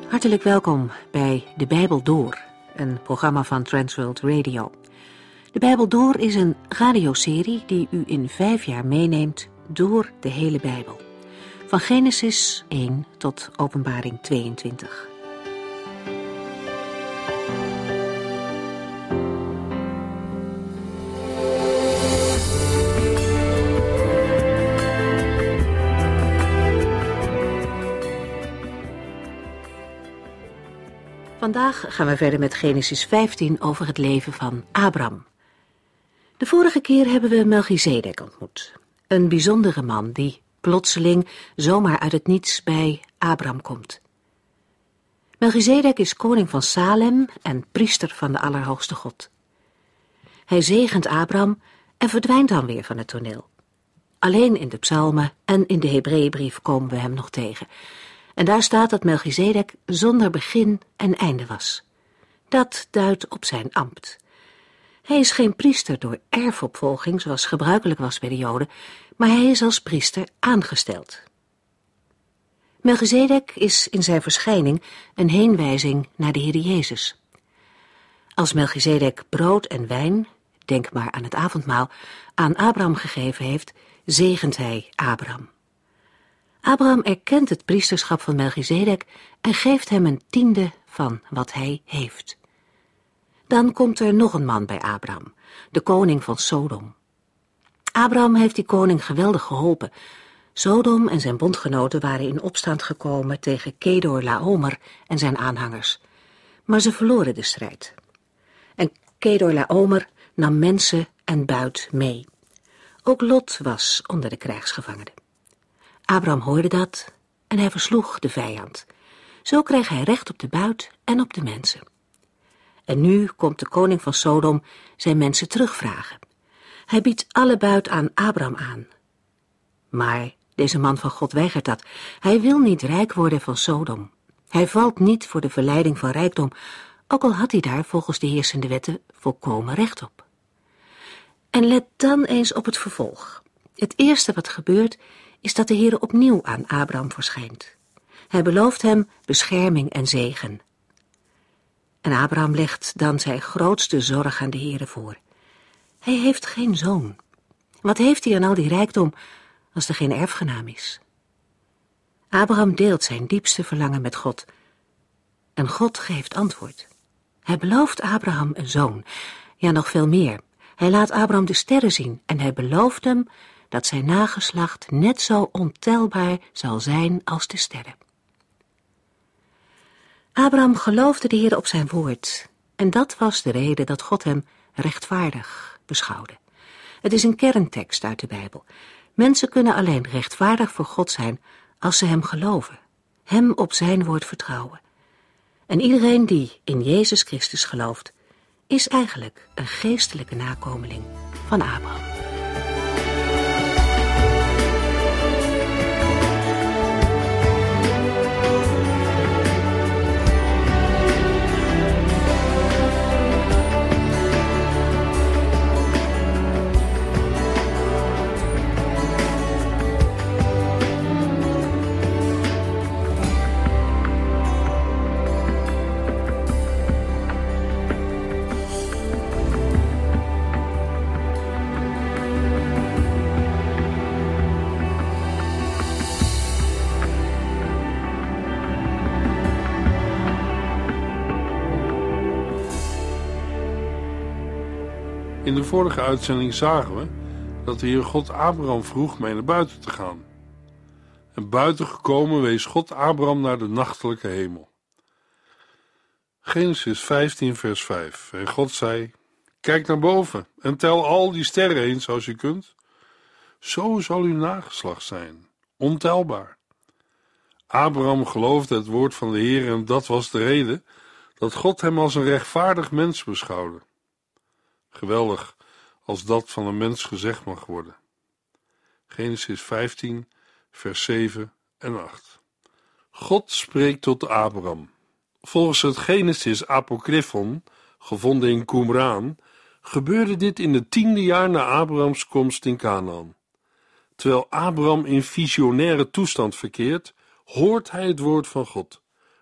Hartelijk welkom bij De Bijbel Door, een programma van Transworld Radio. De Bijbel Door is een radioserie die u in 5 jaar meeneemt door de hele Bijbel. Van Genesis 1 tot Openbaring 22. Vandaag gaan we verder met Genesis 15 over het leven van Abram. De vorige keer hebben we Melchizedek ontmoet. Een bijzondere man die plotseling zomaar uit het niets bij Abram komt. Melchizedek is koning van Salem en priester van de Allerhoogste God. Hij zegent Abram en verdwijnt dan weer van het toneel. Alleen in de psalmen en in de Hebreeënbrief komen we hem nog tegen. En daar staat dat Melchizedek zonder begin en einde was. Dat duidt op zijn ambt. Hij is geen priester door erfopvolging, zoals gebruikelijk was bij de Joden, maar hij is als priester aangesteld. Melchizedek is in zijn verschijning een heenwijzing naar de Heer Jezus. Als Melchizedek brood en wijn, denk maar aan het avondmaal, aan Abram gegeven heeft, zegent hij Abram. Abram erkent het priesterschap van Melchizedek en geeft hem een tiende van wat hij heeft. Dan komt er nog een man bij Abram, de koning van Sodom. Abram heeft die koning geweldig geholpen. Sodom en zijn bondgenoten waren in opstand gekomen tegen Kedorlaomer en zijn aanhangers. Maar ze verloren de strijd. En Kedorlaomer nam mensen en buit mee. Ook Lot was onder de krijgsgevangenen. Abram hoorde dat en hij versloeg de vijand. Zo kreeg hij recht op de buit en op de mensen. En nu komt de koning van Sodom zijn mensen terugvragen. Hij biedt alle buit aan Abram aan. Maar deze man van God weigert dat. Hij wil niet rijk worden van Sodom. Hij valt niet voor de verleiding van rijkdom, ook al had hij daar volgens de heersende wetten volkomen recht op. En let dan eens op het vervolg. Het eerste wat gebeurt is dat de Heer opnieuw aan Abram verschijnt. Hij belooft hem bescherming en zegen. En Abram legt dan zijn grootste zorg aan de Heer voor. Hij heeft geen zoon. Wat heeft hij aan al die rijkdom als er geen erfgenaam is? Abram deelt zijn diepste verlangen met God. En God geeft antwoord. Hij belooft Abraham een zoon. Ja, nog veel meer. Hij laat Abram de sterren zien en hij belooft hem dat zijn nageslacht net zo ontelbaar zal zijn als de sterren. Abram geloofde de Heer op zijn woord en dat was de reden dat God hem rechtvaardig beschouwde. Het is een kerntekst uit de Bijbel. Mensen kunnen alleen rechtvaardig voor God zijn als ze hem geloven, hem op zijn woord vertrouwen. En iedereen die in Jezus Christus gelooft, is eigenlijk een geestelijke nakomeling van Abraham. In de vorige uitzending zagen we dat de Heer God Abraham vroeg mee naar buiten te gaan. En buiten gekomen wees God Abraham naar de nachtelijke hemel. Genesis 15 vers 5. En God zei: kijk naar boven en tel al die sterren eens als je kunt. Zo zal uw nageslacht zijn, ontelbaar. Abraham geloofde het woord van de Heer en dat was de reden dat God hem als een rechtvaardig mens beschouwde. Geweldig als dat van een mens gezegd mag worden. Genesis 15, vers 7 en 8. God spreekt tot Abraham. Volgens het Genesis Apocryphon, gevonden in Qumran, gebeurde dit in het 10e jaar na Abrahams komst in Kanaan. Terwijl Abraham in visionaire toestand verkeert, hoort hij het woord van God,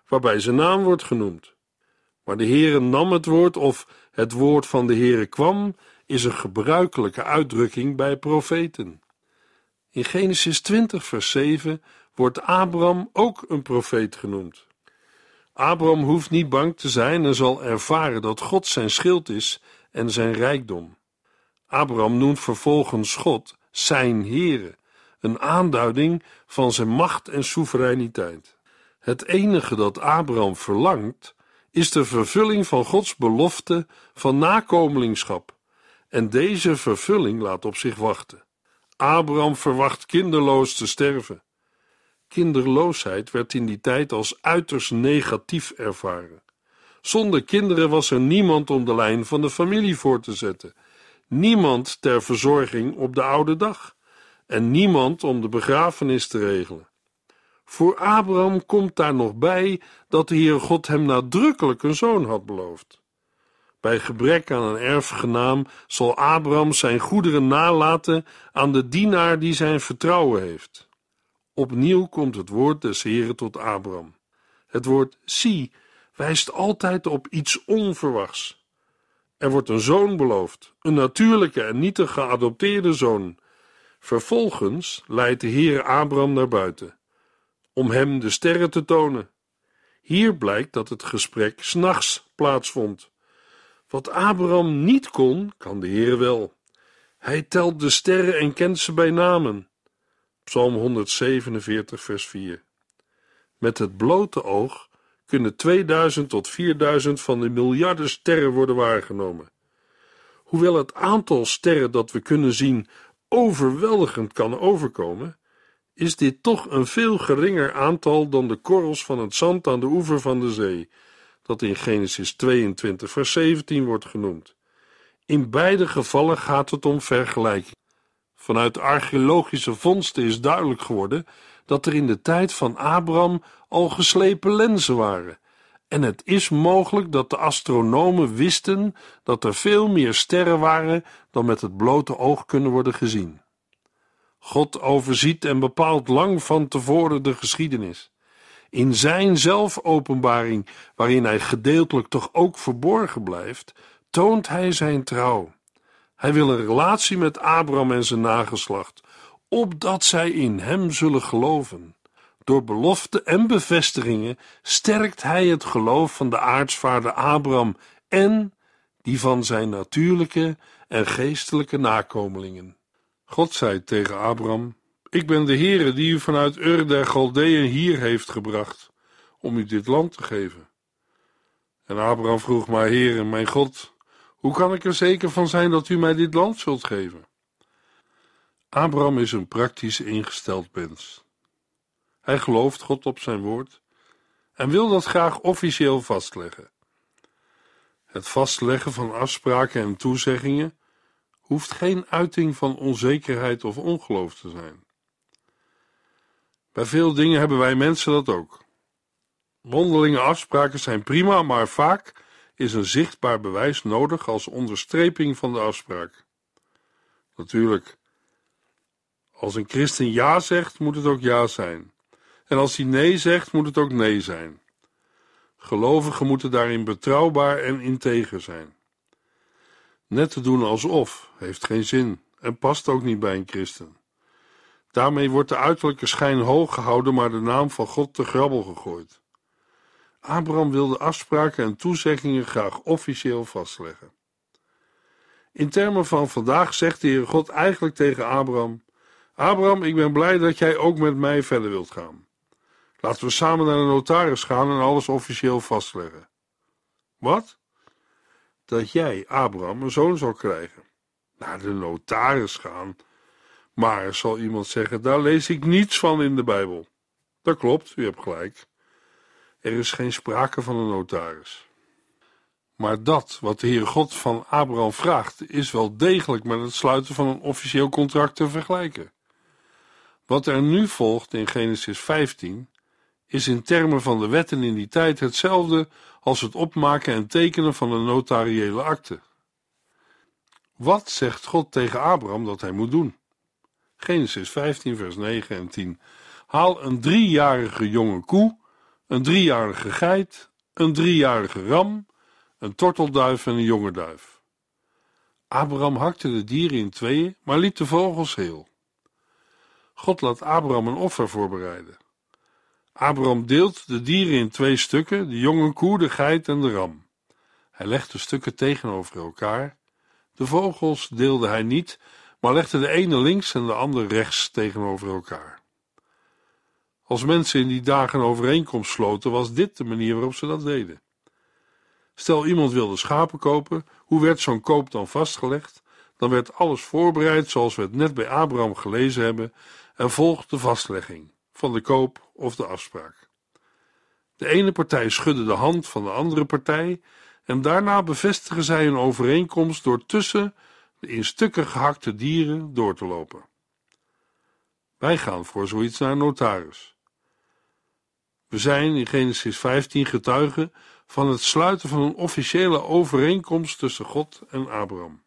waarbij zijn naam wordt genoemd. Maar de Heere nam het woord of het woord van de Heere kwam, is een gebruikelijke uitdrukking bij profeten. In Genesis 20 vers 7 wordt Abraham ook een profeet genoemd. Abraham hoeft niet bang te zijn en zal ervaren dat God zijn schild is en zijn rijkdom. Abraham noemt vervolgens God zijn Heere, een aanduiding van zijn macht en soevereiniteit. Het enige dat Abraham verlangt, is de vervulling van Gods belofte van nakomelingschap. En deze vervulling laat op zich wachten. Abraham verwacht kinderloos te sterven. Kinderloosheid werd in die tijd als uiterst negatief ervaren. Zonder kinderen was er niemand om de lijn van de familie voor te zetten, niemand ter verzorging op de oude dag en niemand om de begrafenis te regelen. Voor Abraham komt daar nog bij dat de Heere God hem nadrukkelijk een zoon had beloofd. Bij gebrek aan een erfgenaam zal Abraham zijn goederen nalaten aan de dienaar die zijn vertrouwen heeft. Opnieuw komt het woord des Heeren tot Abraham. Het woord zie wijst altijd op iets onverwachts. Er wordt een zoon beloofd, een natuurlijke en niet een geadopteerde zoon. Vervolgens leidt de Heere Abraham naar buiten, om hem de sterren te tonen. Hier blijkt dat het gesprek 's nachts plaatsvond. Wat Abraham niet kon, kan de Heere wel. Hij telt de sterren en kent ze bij namen. Psalm 147 vers 4. Met het blote oog kunnen 2000 tot 4000 van de miljarden sterren worden waargenomen. Hoewel het aantal sterren dat we kunnen zien overweldigend kan overkomen, is dit toch een veel geringer aantal dan de korrels van het zand aan de oever van de zee, dat in Genesis 22 vers 17 wordt genoemd. In beide gevallen gaat het om vergelijking. Vanuit archeologische vondsten is duidelijk geworden dat er in de tijd van Abraham al geslepen lenzen waren. En het is mogelijk dat de astronomen wisten dat er veel meer sterren waren dan met het blote oog kunnen worden gezien. God overziet en bepaalt lang van tevoren de geschiedenis. In zijn zelfopenbaring, waarin hij gedeeltelijk toch ook verborgen blijft, toont hij zijn trouw. Hij wil een relatie met Abraham en zijn nageslacht, opdat zij in hem zullen geloven. Door beloften en bevestigingen sterkt hij het geloof van de aartsvader Abraham en die van zijn natuurlijke en geestelijke nakomelingen. God zei tegen Abraham: Ik ben de Heere die u vanuit Ur der Galdeeën hier heeft gebracht, om u dit land te geven. En Abraham vroeg: Maar Heere, mijn God, hoe kan ik er zeker van zijn dat u mij dit land zult geven? Abraham is een praktisch ingesteld mens. Hij gelooft God op zijn woord en wil dat graag officieel vastleggen. Het vastleggen van afspraken en toezeggingen hoeft geen uiting van onzekerheid of ongeloof te zijn. Bij veel dingen hebben wij mensen dat ook. Mondelinge afspraken zijn prima, maar vaak is een zichtbaar bewijs nodig als onderstreping van de afspraak. Natuurlijk, als een christen ja zegt, moet het ook ja zijn. En als hij nee zegt, moet het ook nee zijn. Gelovigen moeten daarin betrouwbaar en integer zijn. Net te doen alsof heeft geen zin en past ook niet bij een christen. Daarmee wordt de uiterlijke schijn hoog gehouden, maar de naam van God te grabbel gegooid. Abraham wilde afspraken en toezeggingen graag officieel vastleggen. In termen van vandaag zegt de Heer God eigenlijk tegen Abraham: Abraham, ik ben blij dat jij ook met mij verder wilt gaan. Laten we samen naar de notaris gaan en alles officieel vastleggen. Wat? Dat jij, Abraham, een zoon zal krijgen. Naar de notaris gaan. Maar, zal iemand zeggen, daar lees ik niets van in de Bijbel. Dat klopt, u hebt gelijk. Er is geen sprake van een notaris. Maar dat wat de Heere God van Abraham vraagt, is wel degelijk met het sluiten van een officieel contract te vergelijken. Wat er nu volgt in Genesis 15, is in termen van de wetten in die tijd hetzelfde als het opmaken en tekenen van een notariële akte. Wat zegt God tegen Abraham dat hij moet doen? Genesis 15 vers 9 en 10. Haal een 3-jarige jonge koe, een 3-jarige geit, een 3-jarige ram, een tortelduif en een jonge duif. Abraham hakte de dieren in tweeën, maar liet de vogels heel. God laat Abraham een offer voorbereiden. Abraham deelt de dieren in 2 stukken, de jonge koe, de geit en de ram. Hij legt de stukken tegenover elkaar. De vogels deelde hij niet, maar legde de ene links en de andere rechts tegenover elkaar. Als mensen in die dagen een overeenkomst sloten, was dit de manier waarop ze dat deden. Stel iemand wilde schapen kopen, hoe werd zo'n koop dan vastgelegd? Dan werd alles voorbereid zoals we het net bij Abraham gelezen hebben en volgde de vastlegging van de koop of de afspraak. De ene partij schudde de hand van de andere partij en daarna bevestigen zij een overeenkomst door tussen de in stukken gehakte dieren door te lopen. Wij gaan voor zoiets naar een notaris. We zijn in Genesis 15 getuigen van het sluiten van een officiële overeenkomst tussen God en Abraham.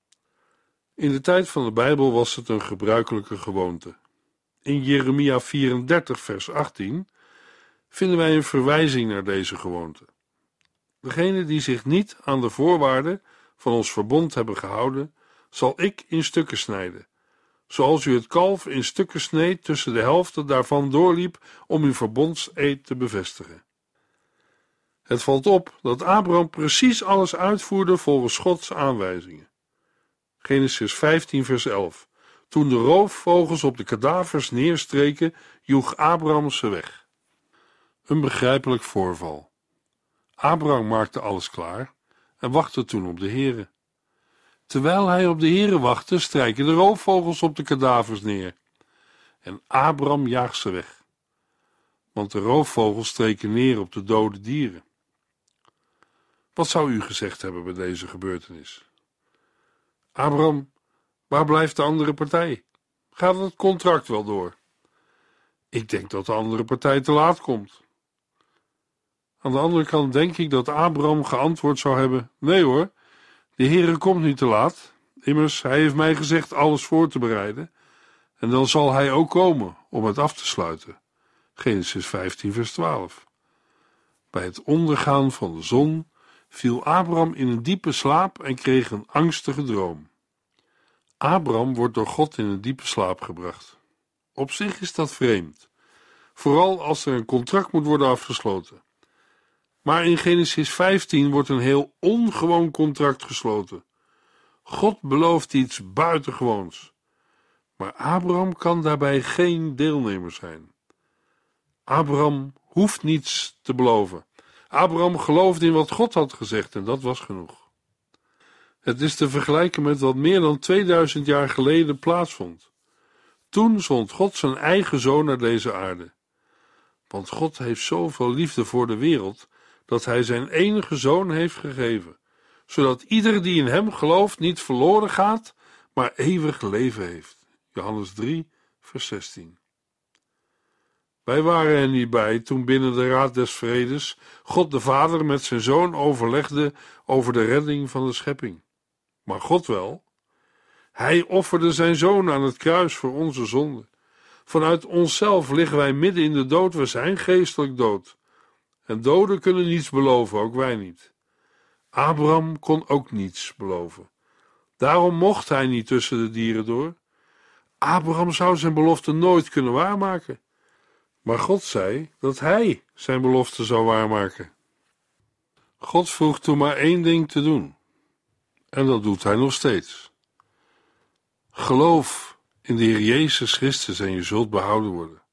In de tijd van de Bijbel was het een gebruikelijke gewoonte. In Jeremia 34 vers 18 vinden wij een verwijzing naar deze gewoonte. Degene die zich niet aan de voorwaarden van ons verbond hebben gehouden, zal ik in stukken snijden, zoals u het kalf in stukken sneed tussen de helften daarvan doorliep om uw verbondseed te bevestigen. Het valt op dat Abraham precies alles uitvoerde volgens Gods aanwijzingen. Genesis 15 vers 11. Toen de roofvogels op de kadavers neerstreken, joeg Abraham ze weg. Een begrijpelijk voorval. Abraham maakte alles klaar en wachtte toen op de Heere. Terwijl hij op de Heere wachtte, strijken de roofvogels op de kadavers neer. En Abraham jaagt ze weg. Want de roofvogels streken neer op de dode dieren. Wat zou u gezegd hebben bij deze gebeurtenis? Abraham, waar blijft de andere partij? Gaat het contract wel door? Ik denk dat de andere partij te laat komt. Aan de andere kant denk ik dat Abraham geantwoord zou hebben: nee hoor, de Heere komt niet te laat. Immers, hij heeft mij gezegd alles voor te bereiden. En dan zal hij ook komen om het af te sluiten. Genesis 15 vers 12. Bij het ondergaan van de zon viel Abraham in een diepe slaap en kreeg een angstige droom. Abraham wordt door God in een diepe slaap gebracht. Op zich is dat vreemd, vooral als er een contract moet worden afgesloten. Maar in Genesis 15 wordt een heel ongewoon contract gesloten. God belooft iets buitengewoons. Maar Abraham kan daarbij geen deelnemer zijn. Abraham hoeft niets te beloven. Abraham geloofde in wat God had gezegd en dat was genoeg. Het is te vergelijken met wat meer dan 2000 jaar geleden plaatsvond. Toen zond God zijn eigen zoon naar deze aarde. Want God heeft zoveel liefde voor de wereld, dat hij zijn enige zoon heeft gegeven, zodat ieder die in hem gelooft niet verloren gaat, maar eeuwig leven heeft. Johannes 3, vers 16. Wij waren er niet bij toen binnen de Raad des Vredes God de Vader met zijn Zoon overlegde over de redding van de schepping. Maar God wel. Hij offerde zijn Zoon aan het kruis voor onze zonde. Vanuit onszelf liggen wij midden in de dood, we zijn geestelijk dood. En doden kunnen niets beloven, ook wij niet. Abraham kon ook niets beloven. Daarom mocht hij niet tussen de dieren door. Abraham zou zijn belofte nooit kunnen waarmaken. Maar God zei dat hij zijn belofte zou waarmaken. God vroeg toen maar één ding te doen. En dat doet hij nog steeds. Geloof in de Heer Jezus Christus en je zult behouden worden.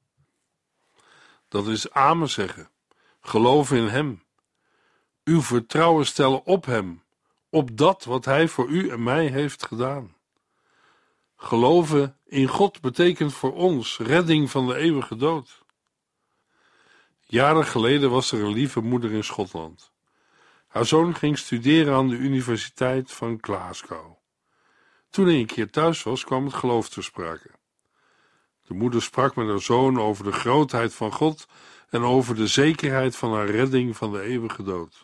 Dat is amen zeggen. Geloof in hem. Uw vertrouwen stellen op hem. Op dat wat hij voor u en mij heeft gedaan. Geloven in God betekent voor ons redding van de eeuwige dood. Jaren geleden was er een lieve moeder in Schotland. Haar zoon ging studeren aan de Universiteit van Glasgow. Toen hij een keer thuis was, kwam het geloof ter sprake. De moeder sprak met haar zoon over de grootheid van God en over de zekerheid van haar redding van de eeuwige dood.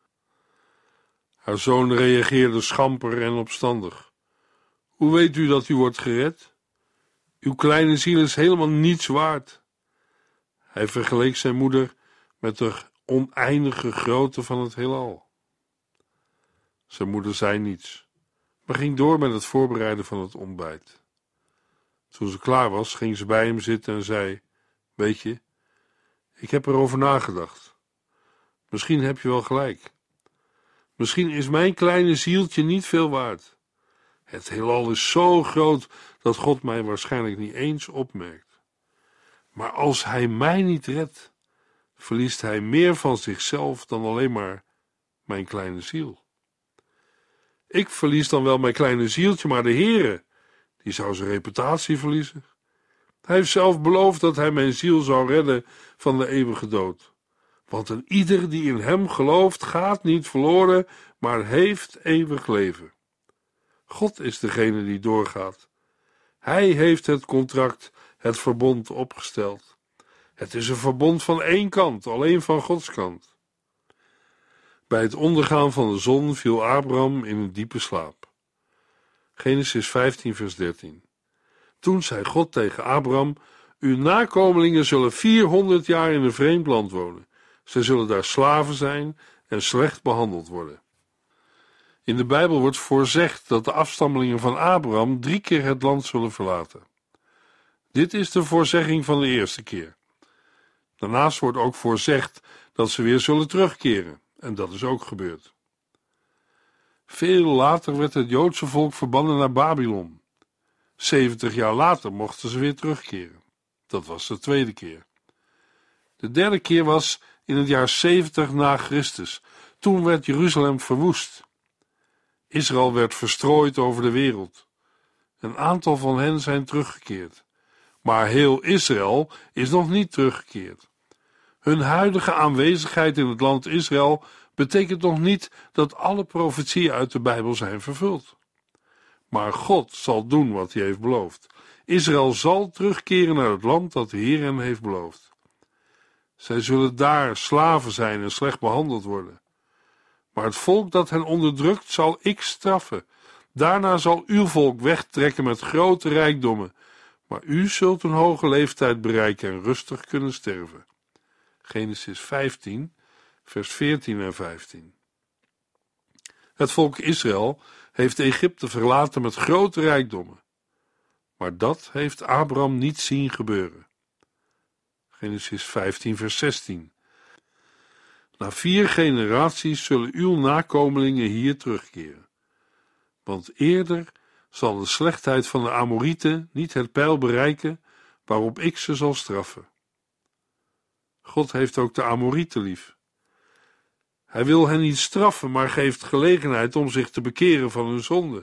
Haar zoon reageerde schamper en opstandig. Hoe weet u dat u wordt gered? Uw kleine ziel is helemaal niets waard. Hij vergeleek zijn moeder met de oneindige grootte van het heelal. Zijn moeder zei niets, maar ging door met het voorbereiden van het ontbijt. Toen ze klaar was, ging ze bij hem zitten en zei: weet je, ik heb erover nagedacht. Misschien heb je wel gelijk. Misschien is mijn kleine zieltje niet veel waard. Het heelal is zo groot dat God mij waarschijnlijk niet eens opmerkt. Maar als hij mij niet redt, verliest hij meer van zichzelf dan alleen maar mijn kleine ziel. Ik verlies dan wel mijn kleine zieltje, maar de Heere, die zou zijn reputatie verliezen. Hij heeft zelf beloofd dat hij mijn ziel zou redden van de eeuwige dood. Want een ieder die in hem gelooft, gaat niet verloren, maar heeft eeuwig leven. God is degene die doorgaat. Hij heeft het contract, het verbond opgesteld. Het is een verbond van één kant, alleen van Gods kant. Bij het ondergaan van de zon viel Abraham in een diepe slaap. Genesis 15 vers 13. Toen zei God tegen Abraham: uw nakomelingen zullen 400 jaar in een vreemd land wonen. Zij zullen daar slaven zijn en slecht behandeld worden. In de Bijbel wordt voorzegd dat de afstammelingen van Abraham 3 keer het land zullen verlaten. Dit is de voorzegging van de eerste keer. Daarnaast wordt ook voorzegd dat ze weer zullen terugkeren, en dat is ook gebeurd. Veel later werd het Joodse volk verbannen naar Babylon. 70 jaar later mochten ze weer terugkeren. Dat was de tweede keer. De derde keer was in het jaar 70 na Christus. Toen werd Jeruzalem verwoest. Israël werd verstrooid over de wereld. Een aantal van hen zijn teruggekeerd. Maar heel Israël is nog niet teruggekeerd. Hun huidige aanwezigheid in het land Israël betekent nog niet dat alle profetieën uit de Bijbel zijn vervuld. Maar God zal doen wat hij heeft beloofd. Israël zal terugkeren naar het land dat de Heer hen heeft beloofd. Zij zullen daar slaven zijn en slecht behandeld worden. Maar het volk dat hen onderdrukt zal ik straffen. Daarna zal uw volk wegtrekken met grote rijkdommen. Maar u zult een hoge leeftijd bereiken en rustig kunnen sterven. Genesis 15, vers 14 en 15. Het volk Israël heeft Egypte verlaten met grote rijkdommen. Maar dat heeft Abraham niet zien gebeuren. Genesis 15, vers 16. Na 4 generaties zullen uw nakomelingen hier terugkeren. Want eerder zal de slechtheid van de Amorieten niet het peil bereiken waarop ik ze zal straffen. God heeft ook de Amorieten lief. Hij wil hen niet straffen, maar geeft gelegenheid om zich te bekeren van hun zonde.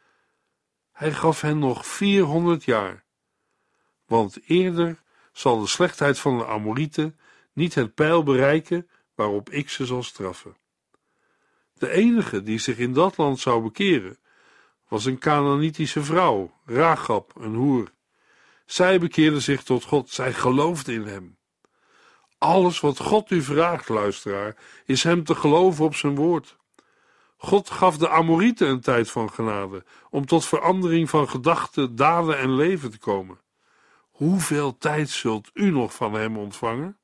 Hij gaf hen nog 400 jaar. Want eerder zal de slechtheid van de Amorieten niet het peil bereiken waarop ik ze zal straffen. De enige die zich in dat land zou bekeren, was een Kanaanitische vrouw, Rachab, een hoer. Zij bekeerde zich tot God, zij geloofde in hem. Alles wat God u vraagt, luisteraar, is hem te geloven op zijn woord. God gaf de Amorieten een tijd van genade, om tot verandering van gedachten, daden en leven te komen. Hoeveel tijd zult u nog van hem ontvangen?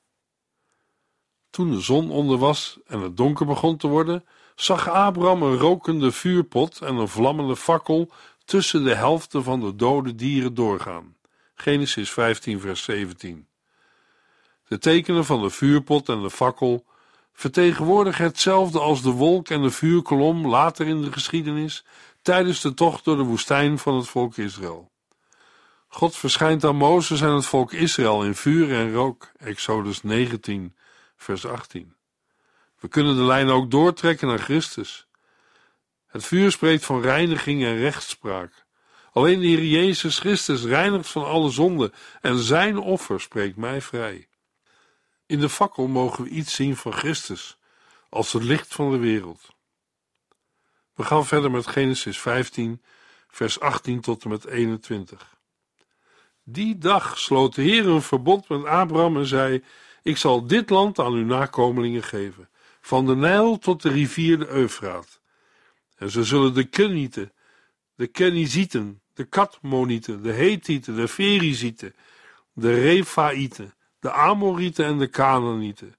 Toen de zon onder was en het donker begon te worden, zag Abraham een rokende vuurpot en een vlammende fakkel tussen de helften van de dode dieren doorgaan. Genesis 15, vers 17. De tekenen van de vuurpot en de fakkel vertegenwoordigen hetzelfde als de wolk en de vuurkolom later in de geschiedenis tijdens de tocht door de woestijn van het volk Israël. God verschijnt aan Mozes en het volk Israël in vuur en rook. Exodus 19, vers 18. We kunnen de lijn ook doortrekken naar Christus. Het vuur spreekt van reiniging en rechtspraak. Alleen de Heer Jezus Christus reinigt van alle zonde en zijn offer spreekt mij vrij. In de fakkel mogen we iets zien van Christus, als het licht van de wereld. We gaan verder met Genesis 15, vers 18 tot en met 21. Die dag sloot de Heer een verbond met Abraham en zei: ik zal dit land aan uw nakomelingen geven, van de Nijl tot de rivier de Eufraat. En ze zullen de Kenieten, de Kenizieten, de Kadmonieten, de Hethieten, de Ferizieten, de Refaïten, de Amorieten en de Kanaanieten,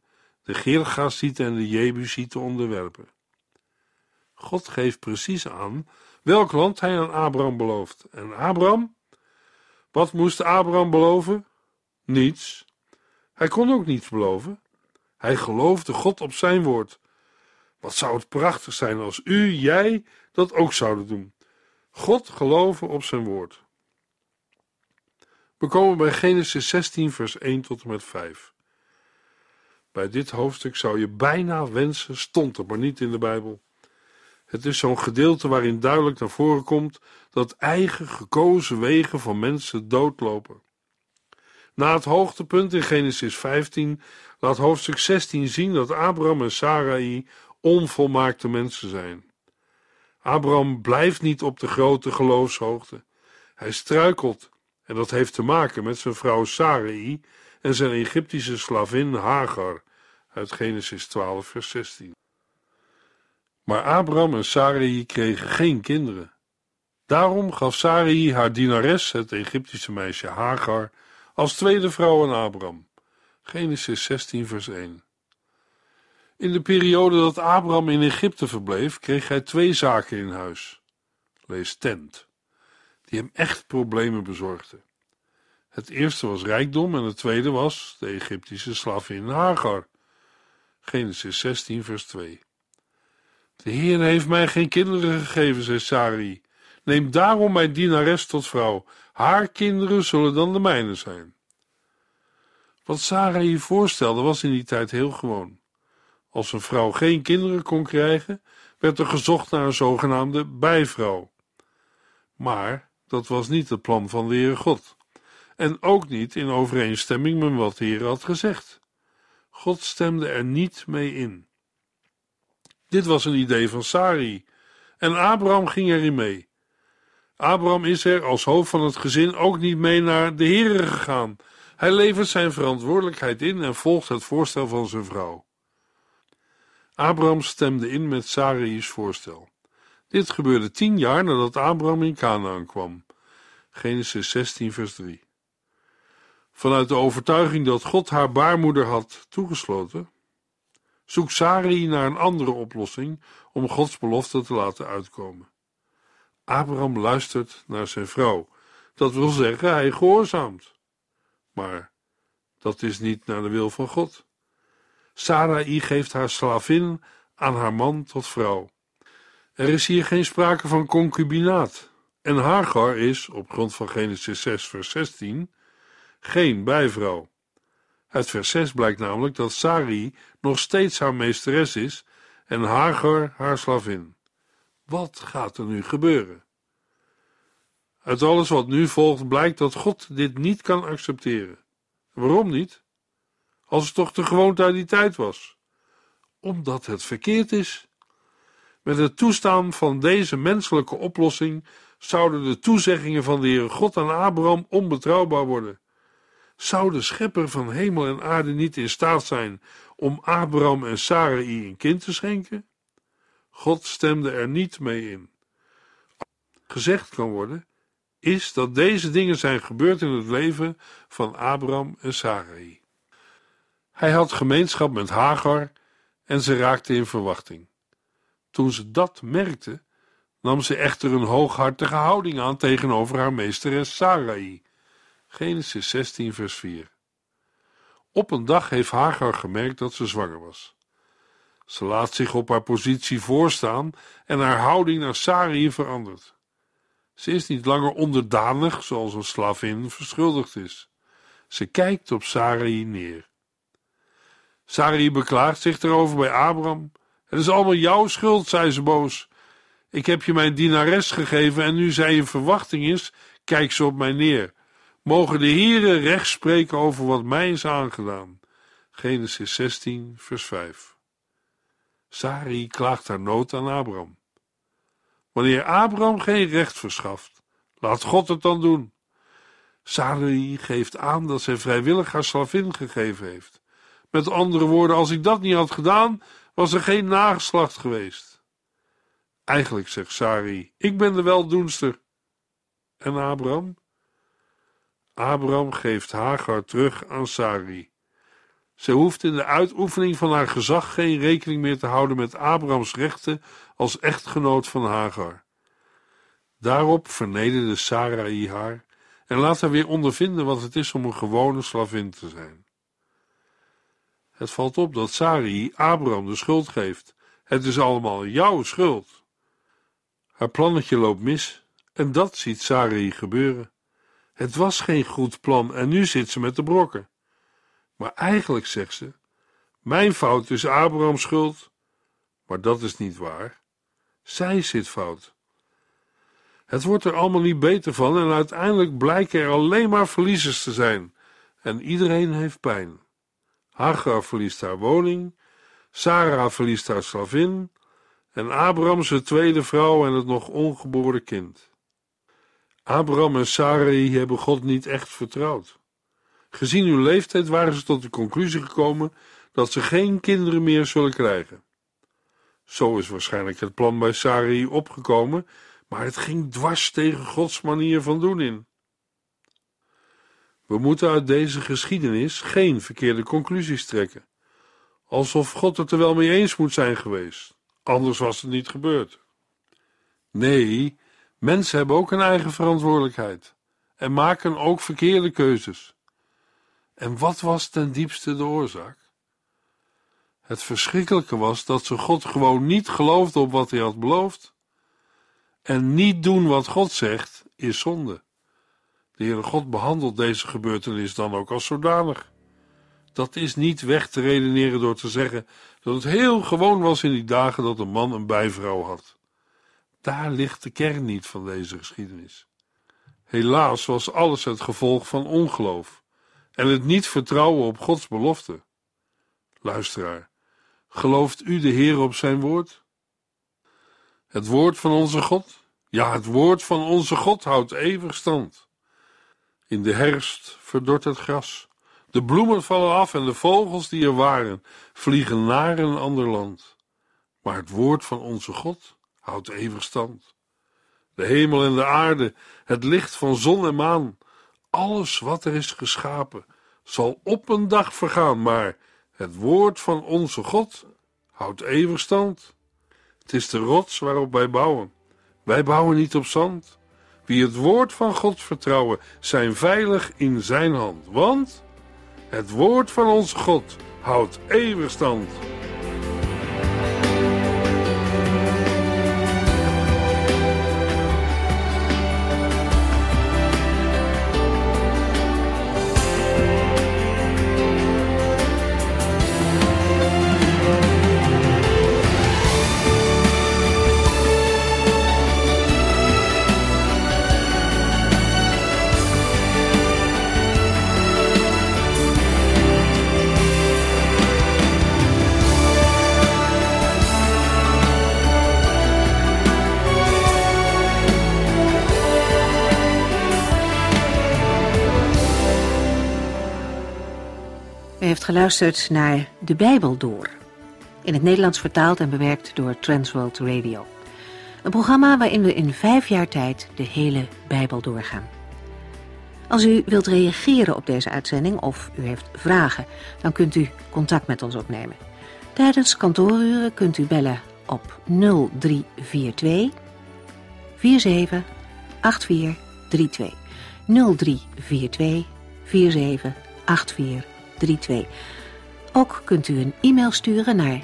de Girgazieten en de Jebusieten onderwerpen. God geeft precies aan welk land hij aan Abraham belooft. En Abraham? Wat moest Abraham beloven? Niets. Hij kon ook niets beloven. Hij geloofde God op zijn woord. Wat zou het prachtig zijn als u, jij, dat ook zouden doen. God geloven op zijn woord. We komen bij Genesis 16 vers 1 tot en met 5. Bij dit hoofdstuk zou je bijna wensen, stond er maar niet in de Bijbel. Het is zo'n gedeelte waarin duidelijk naar voren komt dat eigen gekozen wegen van mensen doodlopen. Na het hoogtepunt in Genesis 15 laat hoofdstuk 16 zien dat Abraham en Sarai onvolmaakte mensen zijn. Abraham blijft niet op de grote geloofshoogte. Hij struikelt en dat heeft te maken met zijn vrouw Sarai en zijn Egyptische slavin Hagar uit Genesis 12 vers 16. Maar Abraham en Sarai kregen geen kinderen. Daarom gaf Sarai haar dienares, het Egyptische meisje Hagar, als tweede vrouw aan Abraham. Genesis 16 vers 1. In de periode dat Abraham in Egypte verbleef, kreeg hij 2 zaken in huis. Lees tent, die hem echt problemen bezorgden. Het eerste was rijkdom en het tweede was de Egyptische slavin Hagar. Genesis 16 vers 2. De Heer heeft mij geen kinderen gegeven, zei Sarai. Neem daarom mijn dienares tot vrouw. Haar kinderen zullen dan de mijne zijn. Wat Sarai voorstelde was in die tijd heel gewoon. Als een vrouw geen kinderen kon krijgen, werd er gezocht naar een zogenaamde bijvrouw. Maar dat was niet het plan van de Heere God. En ook niet in overeenstemming met wat de Heer had gezegd. God stemde er niet mee in. Dit was een idee van Sarai. En Abraham ging erin mee. Abraham is er als hoofd van het gezin ook niet mee naar de Heere gegaan. Hij levert zijn verantwoordelijkheid in en volgt het voorstel van zijn vrouw. Abraham stemde in met Sarai's voorstel. Dit gebeurde 10 jaar nadat Abraham in Kanaan kwam. Genesis 16 vers 3. Vanuit de overtuiging dat God haar baarmoeder had toegesloten, zoekt Sarai naar een andere oplossing om Gods belofte te laten uitkomen. Abraham luistert naar zijn vrouw. Dat wil zeggen, hij gehoorzaamt. Maar dat is niet naar de wil van God. Sarai geeft haar slavin aan haar man tot vrouw. Er is hier geen sprake van concubinaat. En Hagar is, op grond van Genesis 6 vers 16, geen bijvrouw. Uit vers 6 blijkt namelijk dat Sarai nog steeds haar meesteres is en Hagar haar slavin. Wat gaat er nu gebeuren? Uit alles wat nu volgt blijkt dat God dit niet kan accepteren. Waarom niet? Als het toch de gewoonte uit die tijd was. Omdat het verkeerd is. Met het toestaan van deze menselijke oplossing zouden de toezeggingen van de Heere God aan Abraham onbetrouwbaar worden. Zou de schepper van hemel en aarde niet in staat zijn om Abraham en Sarai een kind te schenken? God stemde er niet mee in. Gezegd kan worden, is dat deze dingen zijn gebeurd in het leven van Abraham en Sarai. Hij had gemeenschap met Hagar en ze raakte in verwachting. Toen ze dat merkte, nam ze echter een hooghartige houding aan tegenover haar meesteres Sarai. Genesis 16 vers 4. Op een dag heeft Hagar gemerkt dat ze zwanger was. Ze laat zich op haar positie voorstaan en haar houding naar Sarai verandert. Ze is niet langer onderdanig zoals een slavin verschuldigd is. Ze kijkt op Sarai neer. Sarai beklaagt zich erover bij Abraham. Het is allemaal jouw schuld, zei ze boos. Ik heb je mijn dienares gegeven en nu zij in verwachting is, kijkt ze op mij neer. Mogen de Heere recht spreken over wat mij is aangedaan. Genesis 16 vers 5. Sarai klaagt haar nood aan Abraham. Wanneer Abraham geen recht verschaft, laat God het dan doen. Sarai geeft aan dat zij vrijwillig haar slavin gegeven heeft. Met andere woorden, als ik dat niet had gedaan, was er geen nageslacht geweest. Eigenlijk zegt Sarai, ik ben de weldoenster. En Abraham? Abraham geeft Hagar terug aan Sarai. Ze hoeft in de uitoefening van haar gezag geen rekening meer te houden met Abrahams rechten als echtgenoot van Hagar. Daarop vernederde Sarai haar en laat haar weer ondervinden wat het is om een gewone slavin te zijn. Het valt op dat Sarai Abraham de schuld geeft. Het is allemaal jouw schuld. Haar plannetje loopt mis en dat ziet Sarai gebeuren. Het was geen goed plan en nu zit ze met de brokken. Maar eigenlijk zegt ze, mijn fout is Abrahams schuld. Maar dat is niet waar. Zij zit fout. Het wordt er allemaal niet beter van en uiteindelijk blijken er alleen maar verliezers te zijn. En iedereen heeft pijn. Hagar verliest haar woning, Sarah verliest haar slavin en Abraham zijn tweede vrouw en het nog ongeboren kind. Abraham en Sarai hebben God niet echt vertrouwd. Gezien hun leeftijd waren ze tot de conclusie gekomen dat ze geen kinderen meer zullen krijgen. Zo is waarschijnlijk het plan bij Sarai opgekomen, maar het ging dwars tegen Gods manier van doen in. We moeten uit deze geschiedenis geen verkeerde conclusies trekken. Alsof God het er wel mee eens moet zijn geweest. Anders was het niet gebeurd. Nee, mensen hebben ook een eigen verantwoordelijkheid. En maken ook verkeerde keuzes. En wat was ten diepste de oorzaak? Het verschrikkelijke was dat ze God gewoon niet geloofden op wat hij had beloofd. En niet doen wat God zegt is zonde. De Heere God behandelt deze gebeurtenis dan ook als zodanig. Dat is niet weg te redeneren door te zeggen dat het heel gewoon was in die dagen dat een man een bijvrouw had. Daar ligt de kern niet van deze geschiedenis. Helaas was alles het gevolg van ongeloof en het niet vertrouwen op Gods belofte. Luisteraar, gelooft u de Heer op zijn woord? Het woord van onze God? Ja, het woord van onze God houdt eeuwig stand. In de herfst verdort het gras. De bloemen vallen af en de vogels die er waren, vliegen naar een ander land. Maar het woord van onze God houdt eeuwig stand. De hemel en de aarde, het licht van zon en maan, alles wat er is geschapen, zal op een dag vergaan, maar het woord van onze God houdt eeuwig stand. Het is de rots waarop wij bouwen. Wij bouwen niet op zand. Wie het woord van God vertrouwen, zijn veilig in zijn hand. Want het woord van onze God houdt eeuwig stand. U heeft geluisterd naar De Bijbel Door. In het Nederlands vertaald en bewerkt door Transworld Radio. Een programma waarin we in 5 jaar tijd de hele Bijbel doorgaan. Als u wilt reageren op deze uitzending of u heeft vragen, dan kunt u contact met ons opnemen. Tijdens kantooruren kunt u bellen op 0342 47 8432. 0342 47 8432. Ook kunt u een e-mail sturen naar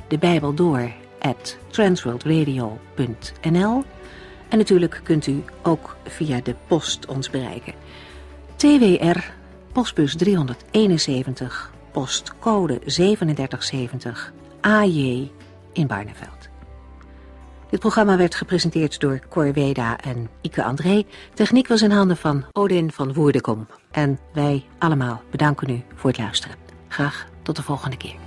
debijbeldoor@transworldradio.nl en natuurlijk kunt u ook via de post ons bereiken. TWR, postbus 371, postcode 3770, AJ in Barneveld. Dit programma werd gepresenteerd door Cor Weda en Ike André. Techniek was in handen van Odin van Woerdekom. En wij allemaal bedanken u voor het luisteren. Graag tot de volgende keer.